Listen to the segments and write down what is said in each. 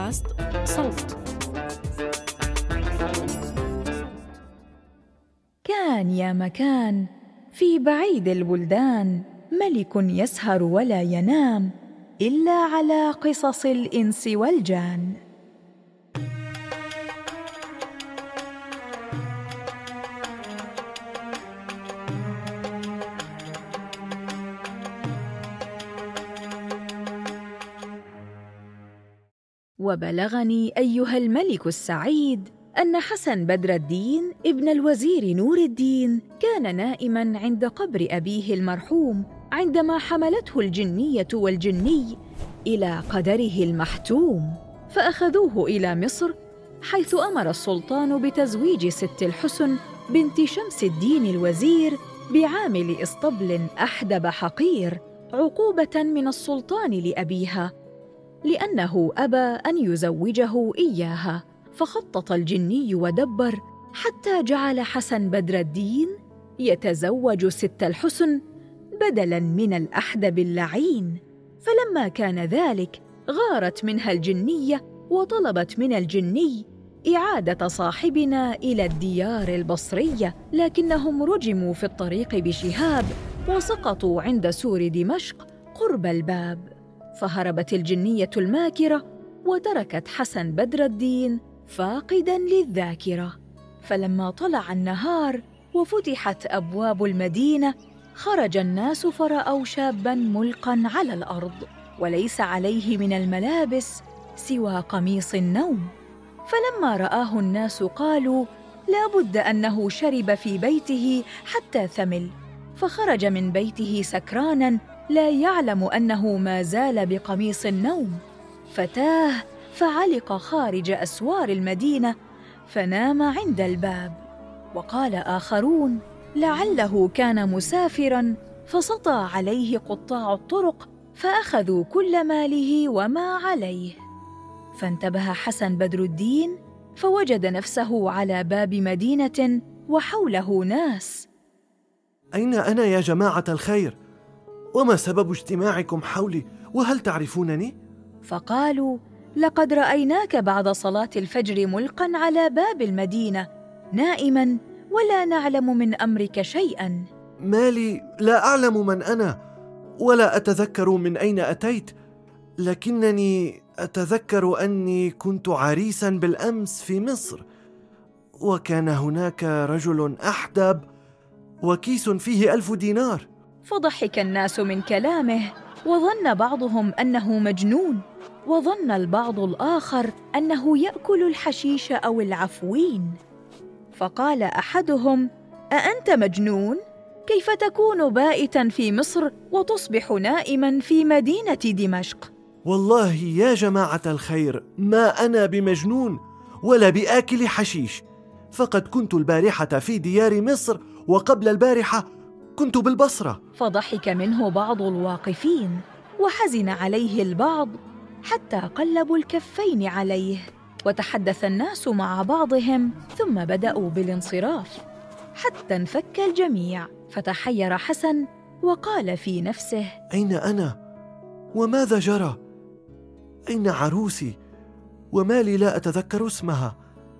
بودكاست صوت. كان يا مكان في بعيد البلدان ملك يسهر ولا ينام إلا على قصص الإنس والجان. وبلغني أيها الملك السعيد أن حسن بدر الدين ابن الوزير نور الدين كان نائماً عند قبر أبيه المرحوم عندما حملته الجنية والجني إلى قدره المحتوم، فأخذوه إلى مصر، حيث أمر السلطان بتزويج ست الحسن بنت شمس الدين الوزير بعامل إسطبل أحدب حقير، عقوبة من السلطان لأبيها لأنه أبى أن يزوجه إياها. فخطط الجني ودبر حتى جعل حسن بدر الدين يتزوج ست الحسن بدلاً من الأحدب اللعين. فلما كان ذلك غارت منها الجنية وطلبت من الجني إعادة صاحبنا إلى الديار البصرية، لكنهم رجموا في الطريق بشهاب وسقطوا عند سور دمشق قرب الباب. فهربت الجنية الماكرة وتركت حسن بدر الدين فاقداً للذاكرة. فلما طلع النهار وفتحت أبواب المدينة خرج الناس فرأوا شاباً ملقاً على الأرض وليس عليه من الملابس سوى قميص النوم. فلما رآه الناس قالوا لا بد أنه شرب في بيته حتى ثمل، فخرج من بيته سكراناً لا يعلم أنه ما زال بقميص النوم، فتاه فعلق خارج أسوار المدينة فنام عند الباب. وقال آخرون لعله كان مسافراً فسطى عليه قطاع الطرق فأخذوا كل ماله وما عليه. فانتبه حسن بدر الدين فوجد نفسه على باب مدينة وحوله ناس. أين أنا يا جماعة الخير؟ وما سبب اجتماعكم حولي؟ وهل تعرفونني؟ فقالوا لقد رأيناك بعد صلاة الفجر ملقاً على باب المدينة نائماً ولا نعلم من أمرك شيئاً. مالي لا أعلم من أنا ولا أتذكر من أين أتيت، لكنني أتذكر أني كنت عريساً بالأمس في مصر، وكان هناك رجل أحدب وكيس فيه 1000 دينار. فضحك الناس من كلامه وظن بعضهم أنه مجنون، وظن البعض الآخر أنه يأكل الحشيش أو العفوين. فقال أحدهم أأنت مجنون؟ كيف تكون بائتاً في مصر وتصبح نائماً في مدينة دمشق؟ والله يا جماعة الخير ما أنا بمجنون ولا بآكل حشيش، فقد كنت البارحة في ديار مصر وقبل البارحة كنت بالبصرة. فضحك منه بعض الواقفين وحزن عليه البعض حتى قلبوا الكفين عليه. وتحدث الناس مع بعضهم ثم بدأوا بالانصراف حتى انفك الجميع. فتحير حسن وقال في نفسه أين أنا؟ وماذا جرى؟ أين عروسي؟ وما لي لا أتذكر اسمها؟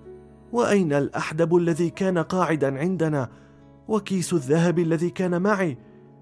وأين الأحدب الذي كان قاعدا عندنا؟ وكيس الذهب الذي كان معي؟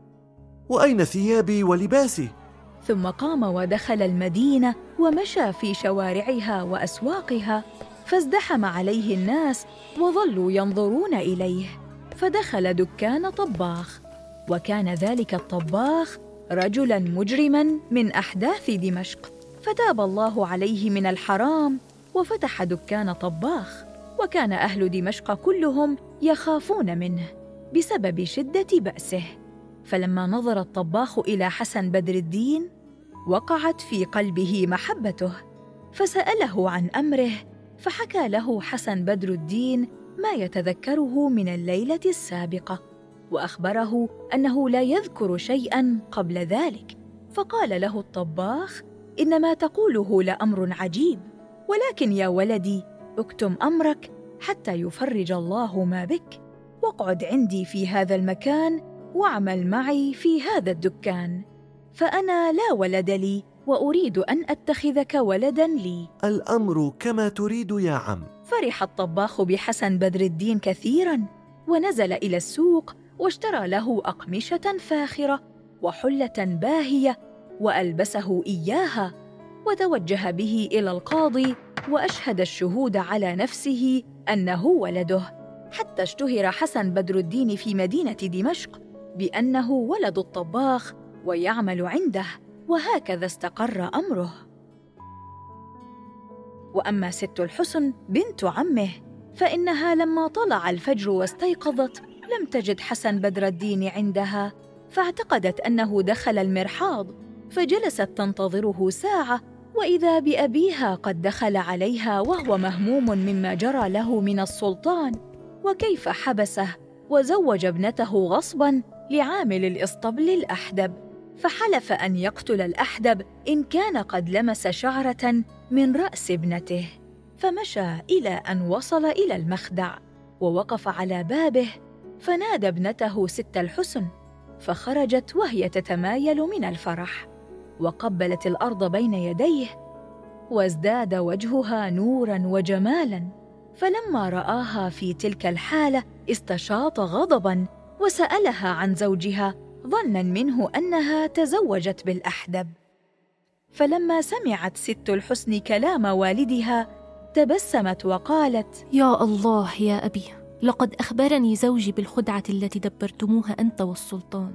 وأين ثيابي ولباسي؟ ثم قام ودخل المدينة ومشى في شوارعها وأسواقها، فازدحم عليه الناس وظلوا ينظرون إليه. فدخل دكان طباخ، وكان ذلك الطباخ رجلاً مجرماً من أحداث دمشق، فتاب الله عليه من الحرام وفتح دكان طباخ. وكان أهل دمشق كلهم يخافون منه بسبب شدة بأسه. فلما نظر الطباخ إلى حسن بدر الدين وقعت في قلبه محبته، فسأله عن أمره، فحكى له حسن بدر الدين ما يتذكره من الليلة السابقة، وأخبره أنه لا يذكر شيئاً قبل ذلك. فقال له الطباخ إن ما تقوله لأمر عجيب، ولكن يا ولدي اكتم أمرك حتى يفرج الله ما بك، واقعد عندي في هذا المكان واعمل معي في هذا الدكان، فأنا لا ولد لي وأريد أن أتخذك ولداً لي. الأمر كما تريد يا عم. فرح الطباخ بحسن بدر الدين كثيراً، ونزل إلى السوق واشترى له أقمشة فاخرة وحلة باهية وألبسه إياها، وتوجه به إلى القاضي وأشهد الشهود على نفسه أنه ولده، حتى اشتهر حسن بدر الدين في مدينة دمشق بأنه ولد الطباخ ويعمل عنده، وهكذا استقر أمره. وأما ست الحسن بنت عمه فإنها لما طلع الفجر واستيقظت لم تجد حسن بدر الدين عندها، فاعتقدت أنه دخل المرحاض، فجلست تنتظره ساعة، وإذا بأبيها قد دخل عليها وهو مهموم مما جرى له من السلطان، وكيف حبسه وزوج ابنته غصباً لعامل الإسطبل الأحدب، فحلف أن يقتل الأحدب إن كان قد لمس شعرة من رأس ابنته. فمشى إلى أن وصل إلى المخدع ووقف على بابه، فنادى ابنته ست الحسن، فخرجت وهي تتمايل من الفرح، وقبلت الأرض بين يديه، وازداد وجهها نوراً وجمالاً. فلما رآها في تلك الحالة استشاط غضباً وسألها عن زوجها ظناً منه أنها تزوجت بالأحدب. فلما سمعت ست الحسن كلام والدها تبسمت وقالت: يا الله يا أبي، لقد أخبرني زوجي بالخدعة التي دبرتموها أنت والسلطان،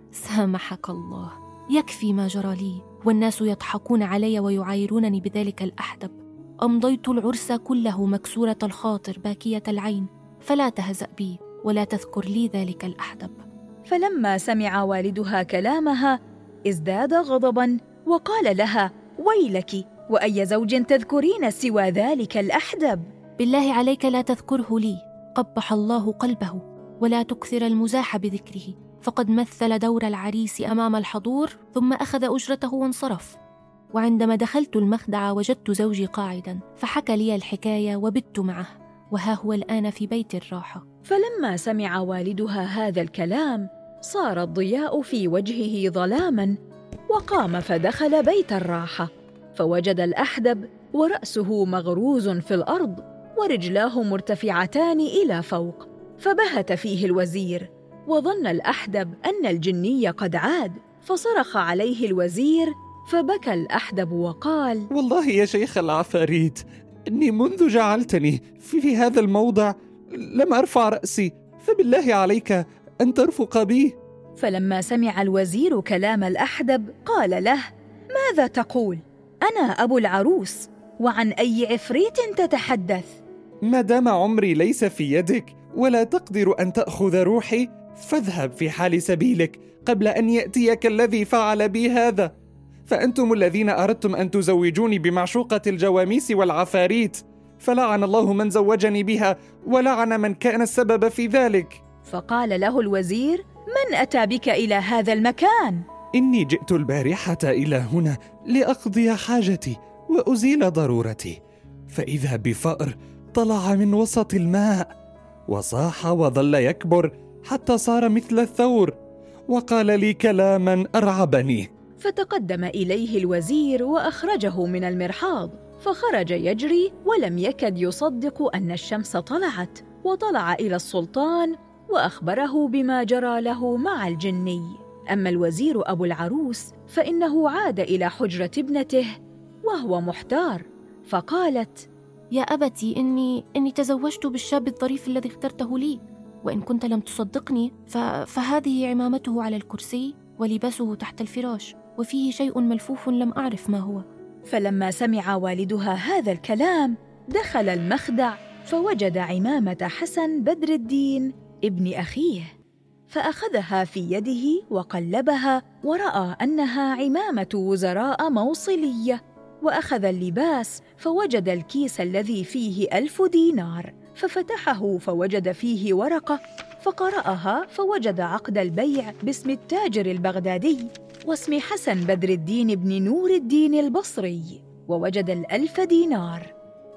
سامحك الله، يكفي ما جرى لي، والناس يضحكون علي ويعايرونني بذلك الأحدب. أمضيت العرس كله مكسورة الخاطر باكية العين، فلا تهزأ بي ولا تذكر لي ذلك الأحدب. فلما سمع والدها كلامها ازداد غضباً وقال لها: ويلك، وأي زوج تذكرين سوى ذلك الأحدب؟ بالله عليك لا تذكره لي، قبح الله قلبه، ولا تكثر المزاح بذكره، فقد مثل دور العريس أمام الحضور ثم أخذ أجرته وانصرف. وعندما دخلت المخدع وجدت زوجي قاعداً، فحكى لي الحكاية وبت معه، وها هو الآن في بيت الراحة. فلما سمع والدها هذا الكلام صار الضياء في وجهه ظلاماً، وقام فدخل بيت الراحة، فوجد الأحدب ورأسه مغروز في الأرض ورجلاه مرتفعتان إلى فوق، فبهت فيه الوزير، وظن الأحدب أن الجني قد عاد، فصرخ عليه الوزير، فبكى الأحدب وقال: والله يا شيخ العفاريت، إني منذ جعلتني في هذا الموضع لم أرفع رأسي، فبالله عليك أن ترفق بي. فلما سمع الوزير كلام الأحدب قال له: ماذا تقول؟ أنا أبو العروس، وعن أي عفريت تتحدث؟ ما دام عمري ليس في يدك ولا تقدر أن تأخذ روحي، فاذهب في حال سبيلك قبل أن يأتيك الذي فعل بي هذا، فأنتم الذين أردتم أن تزوجوني بمعشوقة الجواميس والعفاريت، فلعن الله من زوجني بها ولعن من كان السبب في ذلك. فقال له الوزير: من أتى بك إلى هذا المكان؟ إني جئت البارحة إلى هنا لأقضي حاجتي وأزيل ضرورتي، فإذا بفأر طلع من وسط الماء وصاح وظل يكبر حتى صار مثل الثور، وقال لي كلاما أرعبني. فتقدم إليه الوزير وأخرجه من المرحاض، فخرج يجري ولم يكد يصدق أن الشمس طلعت، وطلع إلى السلطان وأخبره بما جرى له مع الجني. أما الوزير أبو العروس فإنه عاد إلى حجرة ابنته وهو محتار، فقالت: يا أبتي، إني تزوجت بالشاب الظريف الذي اخترته لي، وإن كنت لم تصدقني فهذه عمامته على الكرسي ولباسه تحت الفراش، وفيه شيء ملفوف لم أعرف ما هو. فلما سمع والدها هذا الكلام دخل المخدع فوجد عمامة حسن بدر الدين ابن أخيه، فأخذها في يده وقلبها ورأى أنها عمامة وزراء موصلية، وأخذ اللباس فوجد الكيس الذي فيه 1000 دينار، ففتحه فوجد فيه ورقة، فقرأها فوجد عقد البيع باسم التاجر البغدادي واسم حسن بدر الدين بن نور الدين البصري، ووجد 1000 دينار.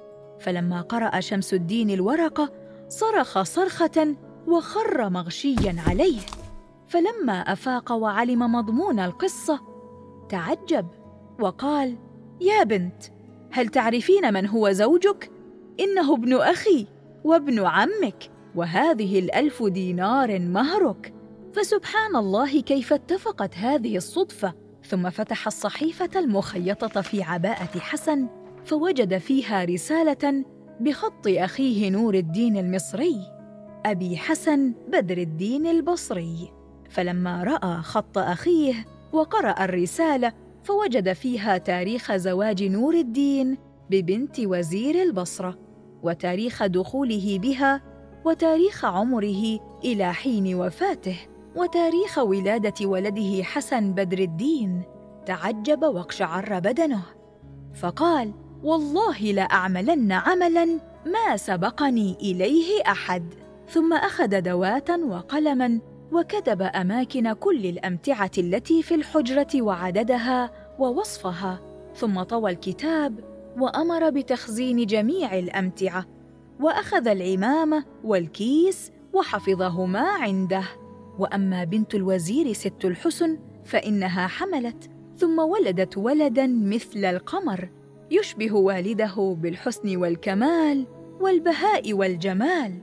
فلما قرأ شمس الدين الورقة صرخ صرخة وخر مغشيا عليه، فلما أفاق وعلم مضمون القصة تعجب وقال: يا بنت، هل تعرفين من هو زوجك؟ إنه ابن أخي وابن عمك، وهذه 1000 دينار مهرك. فسبحان الله كيف اتفقت هذه الصدفة. ثم فتح الصحيفة المخيطة في عباءة حسن، فوجد فيها رسالة بخط أخيه نور الدين المصري، أبي حسن بدر الدين البصري. فلما رأى خط أخيه وقرأ الرسالة، فوجد فيها تاريخ زواج نور الدين ببنت وزير البصرة، وتاريخ دخوله بها، وتاريخ عمره إلى حين وفاته، وتاريخ ولادة ولده حسن بدر الدين. تعجب واقشعر بدنه، فقال: والله لأعملن عملاً ما سبقني إليه أحد. ثم أخذ دواة وقلماً وكتب أماكن كل الأمتعة التي في الحجرة وعددها ووصفها، ثم طوى الكتاب وأمر بتخزين جميع الأمتعة، وأخذ العمامة والكيس وحفظهما عنده. وأما بنت الوزير ست الحسن فإنها حملت، ثم ولدت ولداً مثل القمر، يشبه والده بالحسن والكمال والبهاء والجمال،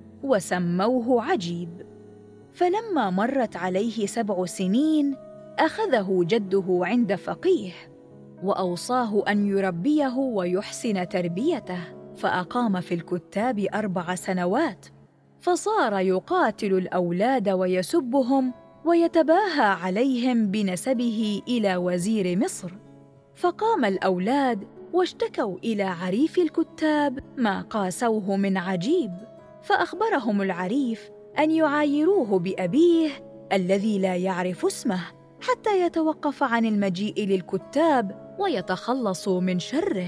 وسموه عجيب. فلما مرت عليه 7 سنين أخذه جده عند فقيه، وأوصاه أن يربيه ويحسن تربيته، فأقام في الكتاب 4 سنوات، فصار يقاتل الأولاد ويسبهم ويتباهى عليهم بنسبه إلى وزير مصر. فقام الأولاد واشتكوا إلى عريف الكتاب ما قاسوه من عجيب، فأخبرهم العريف أن يعايروه بأبيه الذي لا يعرف اسمه حتى يتوقف عن المجيء للكتاب ويتخلصوا من شره.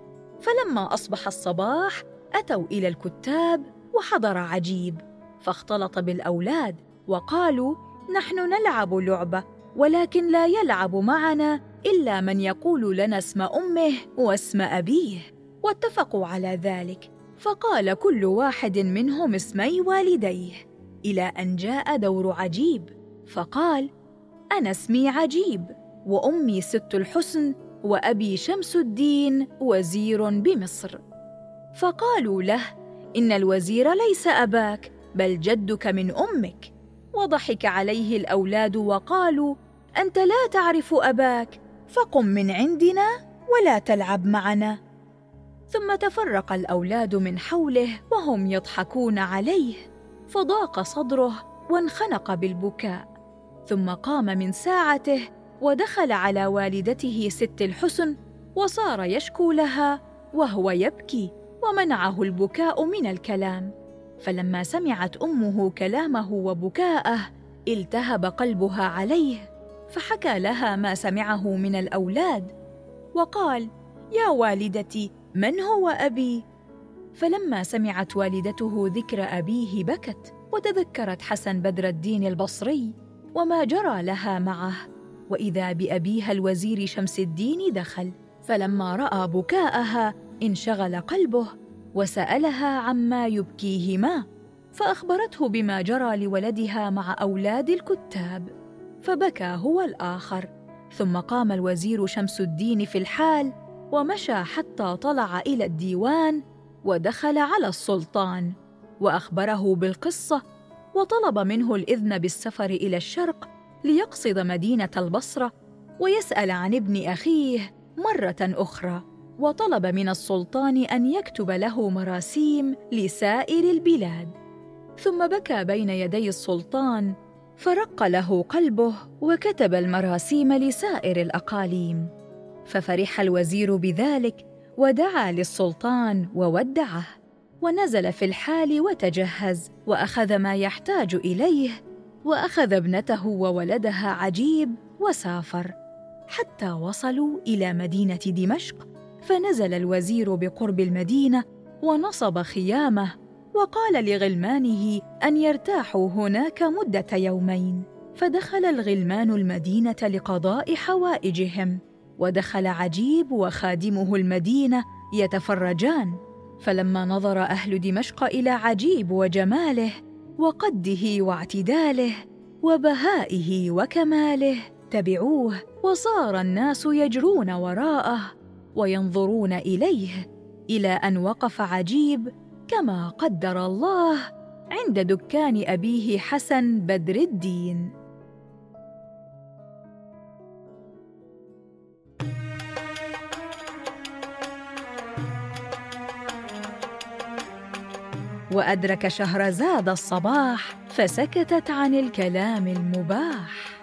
فلما أصبح الصباح أتوا إلى الكتاب وحضر عجيب، فاختلط بالأولاد وقالوا: نحن نلعب لعبة، ولكن لا يلعب معنا إلا من يقول لنا اسم أمه واسم أبيه. واتفقوا على ذلك، فقال كل واحد منهم اسمي والديه، إلى أن جاء دور عجيب، فقال: أنا اسمي عجيب، وأمي ست الحسن، وأبي شمس الدين وزير بمصر. فقالوا له: إن الوزير ليس أباك، بل جدك من أمك. وضحك عليه الأولاد وقالوا: أنت لا تعرف أباك، فقم من عندنا ولا تلعب معنا. ثم تفرق الأولاد من حوله وهم يضحكون عليه، فضاق صدره وانخنق بالبكاء. ثم قام من ساعته ودخل على والدته ست الحسن، وصار يشكو لها وهو يبكي، ومنعه البكاء من الكلام. فلما سمعت أمه كلامه وبكاءه التهب قلبها عليه، فحكى لها ما سمعه من الأولاد، وقال: يا والدتي، من هو أبي؟ فلما سمعت والدته ذكر أبيه بكت، وتذكرت حسن بدر الدين البصري وما جرى لها معه، وإذا بأبيها الوزير شمس الدين دخل، فلما رأى بكاءها انشغل قلبه وسألها عما يبكيهما، فأخبرته بما جرى لولدها مع أولاد الكتاب، فبكى هو الآخر. ثم قام الوزير شمس الدين في الحال ومشى حتى طلع إلى الديوان، ودخل على السلطان وأخبره بالقصة، وطلب منه الإذن بالسفر إلى الشرق ليقصد مدينة البصرة ويسأل عن ابن أخيه مرة أخرى، وطلب من السلطان أن يكتب له مراسيم لسائر البلاد. ثم بكى بين يدي السلطان، فرق له قلبه وكتب المراسيم لسائر الأقاليم. ففرح الوزير بذلك ودعا للسلطان وودعه، ونزل في الحال وتجهز وأخذ ما يحتاج إليه، وأخذ ابنته وولدها عجيب وسافر حتى وصلوا إلى مدينة دمشق. فنزل الوزير بقرب المدينة ونصب خيامه، وقال لغلمانه أن يرتاحوا هناك مدة يومين. فدخل الغلمان المدينة لقضاء حوائجهم، ودخل عجيب وخادمه المدينة يتفرجان. فلما نظر أهل دمشق إلى عجيب وجماله وقده واعتداله وبهائه وكماله تبعوه وصار الناس يجرون وراءه وينظرون إليه، إلى أن وقف عجيب كما قدر الله عند دكان أبيه حسن بدر الدين. وأدرك شهرزاد الصباح فسكتت عن الكلام المباح.